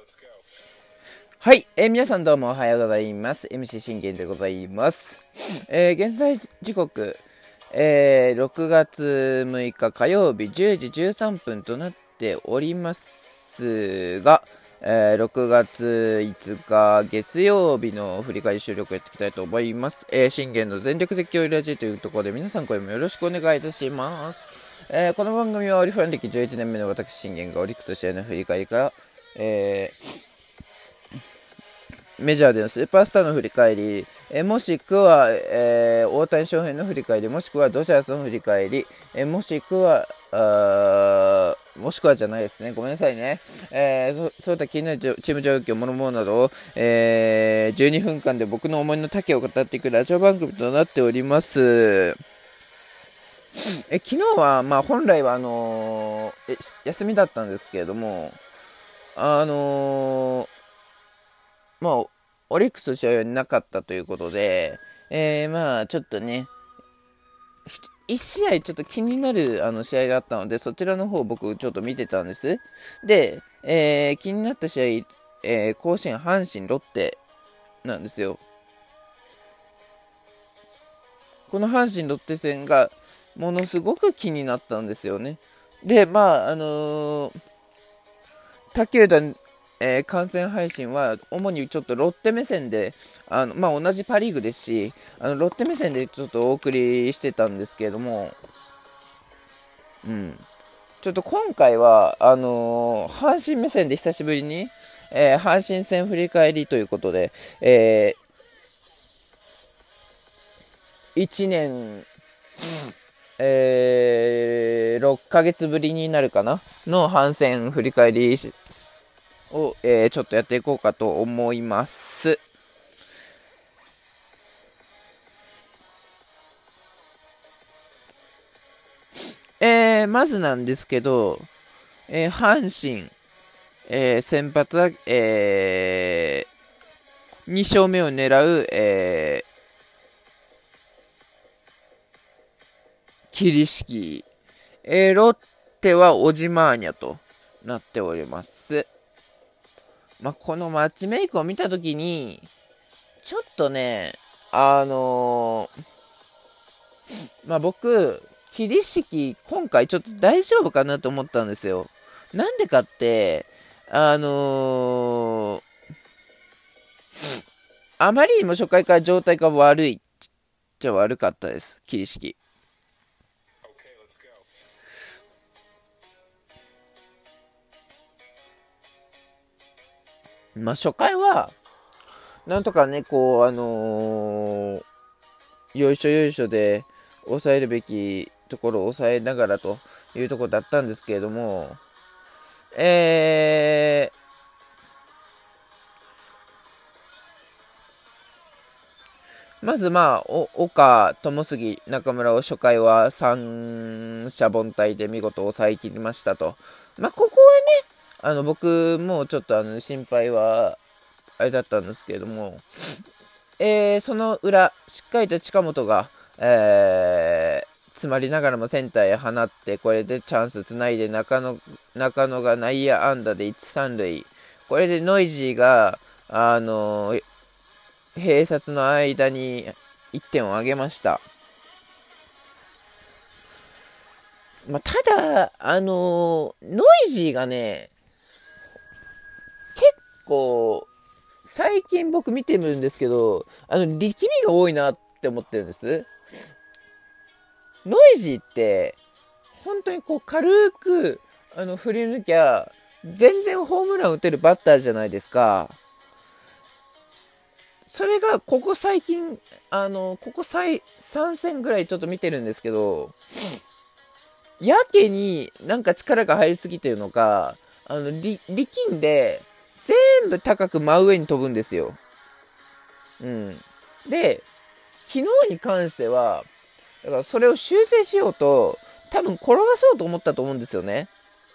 はい、皆さんどうもおはようございます。MC 信玄でございます。現在時刻、6月6日火曜日10時13分となっておりますが、6月5日月曜日の振り返り収録やっていきたいと思います。信玄の全力絶叫ラジオというところで皆さん声もよろしくお願いいたします。この番組はオリファン歴11年目の私信玄がオリックス試合の振り返りから、メジャーでのスーパースターの振り返り、もしくは、大谷翔平の振り返り、もしくはドジャースの振り返り、もしくはじゃないですね。ごめんなさいね。そういった気になるチーム状況、もろもろなどを、12分間で僕の思いの丈を語っていくラジオ番組となっております。昨日は、本来は、休みだったんですけれども、オリックスと試合はなかったということで、ちょっとね、1試合ちょっと気になる試合があったので、そちらの方僕ちょっと見てたんです。で、気になった試合、甲子園阪神ロッテなんですよ。この阪神ロッテ戦がものすごく気になったんですよね。で、他球団観戦配信は主にちょっとロッテ目線で同じパリーグですしロッテ目線でちょっとお送りしてたんですけれども、ちょっと今回は阪神目線で久しぶりに、阪神戦振り返りということで、1年、6ヶ月ぶりになるかなの阪神振り返りを、ちょっとやっていこうかと思います。まずなんですけど、阪神、先発は、2勝目を狙う、桐敷、ロッテはオジマーニャとなっております。このマッチメイクを見たときに、ちょっとね、僕、桐敷、今回ちょっと大丈夫かなと思ったんですよ。なんでかって、あまりにも初回から状態が悪いっちゃ悪かったです、桐敷。初回は、なんとかね、よいしょよいしょで、抑えるべきところを抑えながらというところだったんですけれども、まず岡、友杉、中村を初回は三者凡退で見事抑えきりましたと。ここはね、僕もちょっと心配はあれだったんですけれども、その裏、しっかりと近本が、詰まりながらもセンターへ放って、これでチャンスつないで中野が内野安打で1、3塁。これでノイジーが、併殺の間に1点を挙げました。ただ、ノイジーがね、結構、最近僕見てるんですけど、力みが多いなって思ってるんです。ノイジーって、本当に軽く、振り抜きゃ、全然ホームラン打てるバッターじゃないですか。それが、ここ最近、3戦ぐらいちょっと見てるんですけど、やけになんか力が入りすぎてるのか、力んで、全部高く真上に飛ぶんですよ。で、昨日に関しては、だからそれを修正しようと、多分転がそうと思ったと思うんですよね。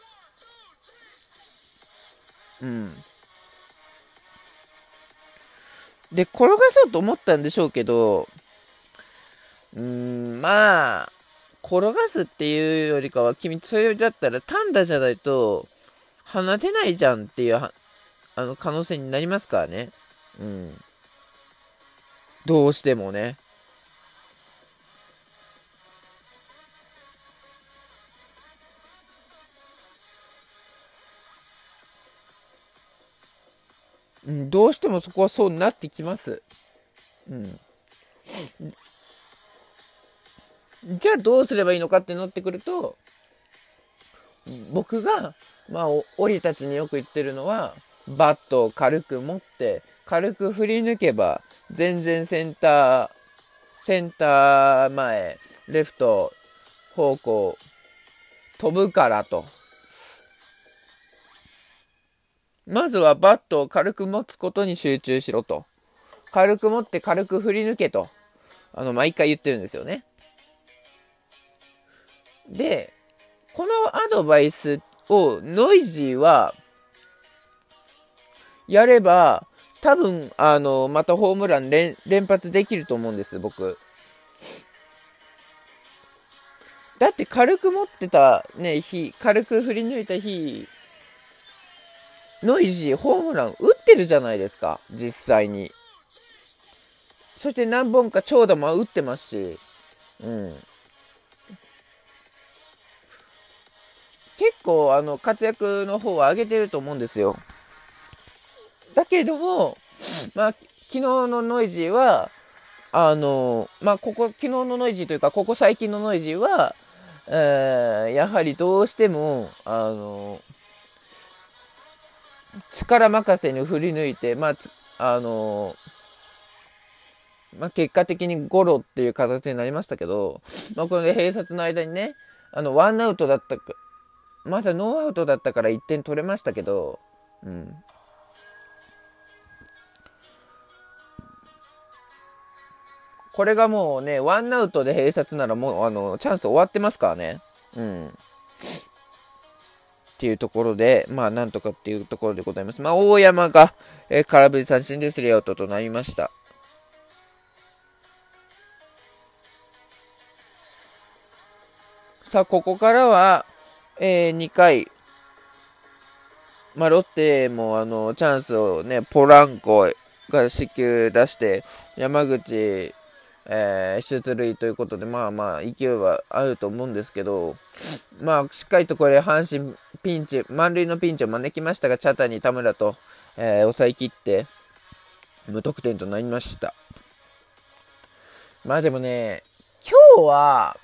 で、転がそうと思ったんでしょうけど、転がすっていうよりかは、君、それだったら単打じゃないと、放てないじゃんっていう可能性になりますからね。どうしてもね。どうしてもそこはそうなってきます。じゃあどうすればいいのかってなってくると、僕が、オリたちによく言ってるのは、バットを軽く持って、軽く振り抜けば、全然センター前、レフト方向、飛ぶからと。まずはバットを軽く持つことに集中しろと。軽く持って軽く振り抜けと。毎回言ってるんですよね。で、このアドバイスをノイジーはやれば多分またホームラン連発できると思うんです、僕。だって軽く持ってたね日、軽く振り抜いた日、ノイジーホームラン打ってるじゃないですか、実際に。そして何本か長打も打ってますし、結構活躍の方は上げてると思うんですよ。だけれども、昨日のノイジーは昨日のノイジーというか、ここ最近のノイジーは、やはりどうしても力任せに振り抜いて、結果的にゴロっていう形になりましたけど、この併殺の間にね、ワンアウトだったか、まだノーアウトだったから1点取れましたけど、これがもうね、ワンアウトで併殺ならもうチャンス終わってますからね。っていうところで、なんとかっていうところでございます。大山が、空振り三振でスリーアウトとなりました。さあ、ここからは、2回、ロッテもチャンスをね、ポランコが四球出して、山口、出塁ということで、勢いはあると思うんですけど、しっかりとこれ、阪神満塁のピンチを招きましたが、茶谷、田村と、抑え切って、無得点となりました。でもね、今日は、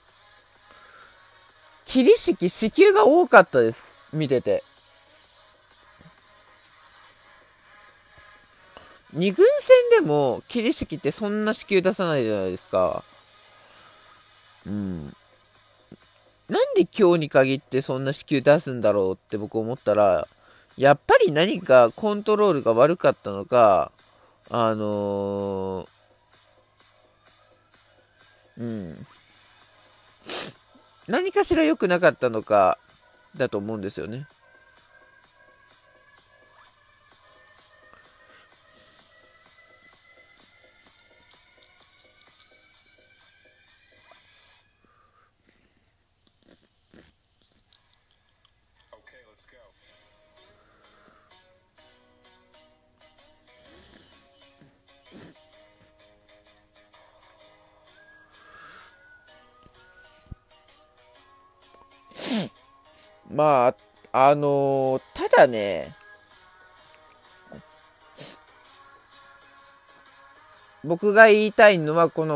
桐敷、四球が多かったです。見てて。2軍戦でも桐敷ってそんな四球出さないじゃないですか。なんで今日に限ってそんな四球出すんだろうって僕思ったら、やっぱり何かコントロールが悪かったのか、何かしら良くなかったのかだと思うんですよね。ただね、僕が言いたいのは、この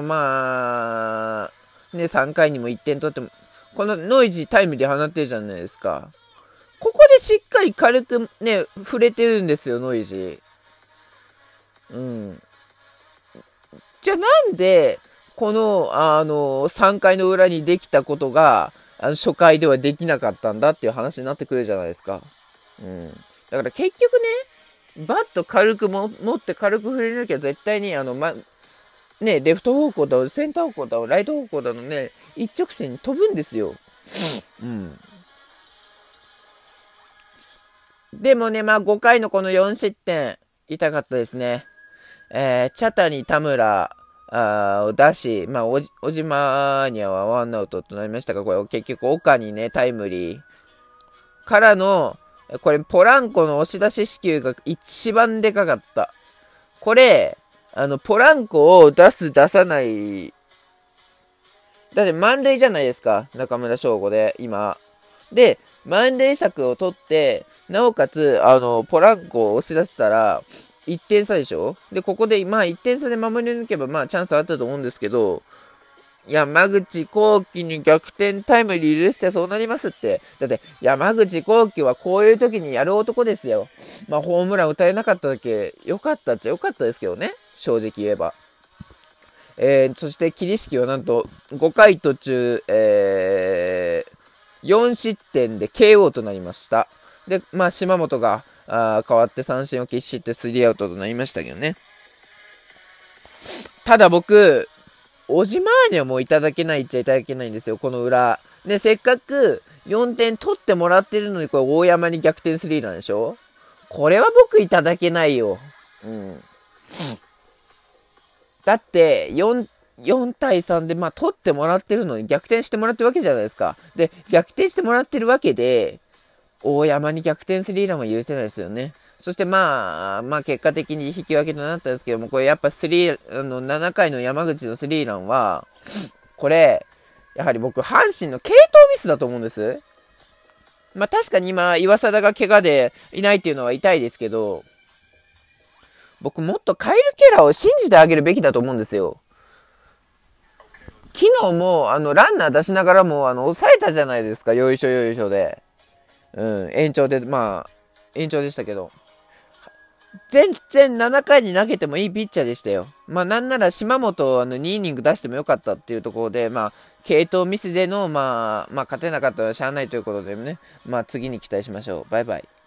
3回にも1点取っても、このノイジータイムで放ってるじゃないですか。ここでしっかり軽くね、触れてるんですよ、ノイジー。じゃあなんで、この、3回の裏にできたことが、初回ではできなかったんだっていう話になってくるじゃないですか。だから結局ね、バット軽く持って軽く振り抜きゃ絶対にレフト方向だ、センター方向だ、ライト方向だのね、一直線に飛ぶんですよ。でもね、5回のこの4失点、痛かったですね。茶谷、田村を出し、小島にはワンアウトとなりましたが、これ結局岡にね、タイムリーからの、 これ、ポランコの押し出し四球が一番でかかった。これ、ポランコを出さない。だって満塁じゃないですか。中村奨吾で、今。で、満塁策を取って、なおかつ、ポランコを押し出したら、1点差でしょ。で、ここで、まあ1点差で守り抜けば、まあチャンスあったと思うんですけど、山口幸輝に逆転タイムリー許してそうなりますって。だって、山口幸輝はこういう時にやる男ですよ。まあ、ホームラン打たれなかっただけ、良かったっちゃ良かったですけどね。正直言えば。そして、桐敷はなんと、5回途中、4失点で KO となりました。で、まあ、島本が、代わって三振を喫して3アウトとなりましたけどね。ただ僕、おじまーにはもういただけないっちゃいただけないんですよ、この裏。で、せっかく4点取ってもらってるのに、これ大山に逆転スリーランでしょ。これは僕いただけないよ。うん。だって、4対3で、まあ、取ってもらってるのに逆転してもらってるわけじゃないですか。で、逆転してもらってるわけで、大山に逆転スリーランは許せないですよね。そしてまあ結果的に引き分けとなったんですけども、これやっぱ7回の山口のスリーランは、これ、やはり僕、阪神の継投ミスだと思うんです。まあ確かに今、岩貞が怪我でいないっていうのは痛いですけど、僕もっとカイル・ケラーを信じてあげるべきだと思うんですよ。昨日も、ランナー出しながらも、抑えたじゃないですか、よいしょよいしょで。うん、延長でしたけど。全然7回に投げてもいいピッチャーでしたよ。まあなんなら島本を2イニング出してもよかったっていうところで、まあ継投ミスでの、まあ勝てなかったらしゃあないということでね、まあ次に期待しましょう。バイバイ。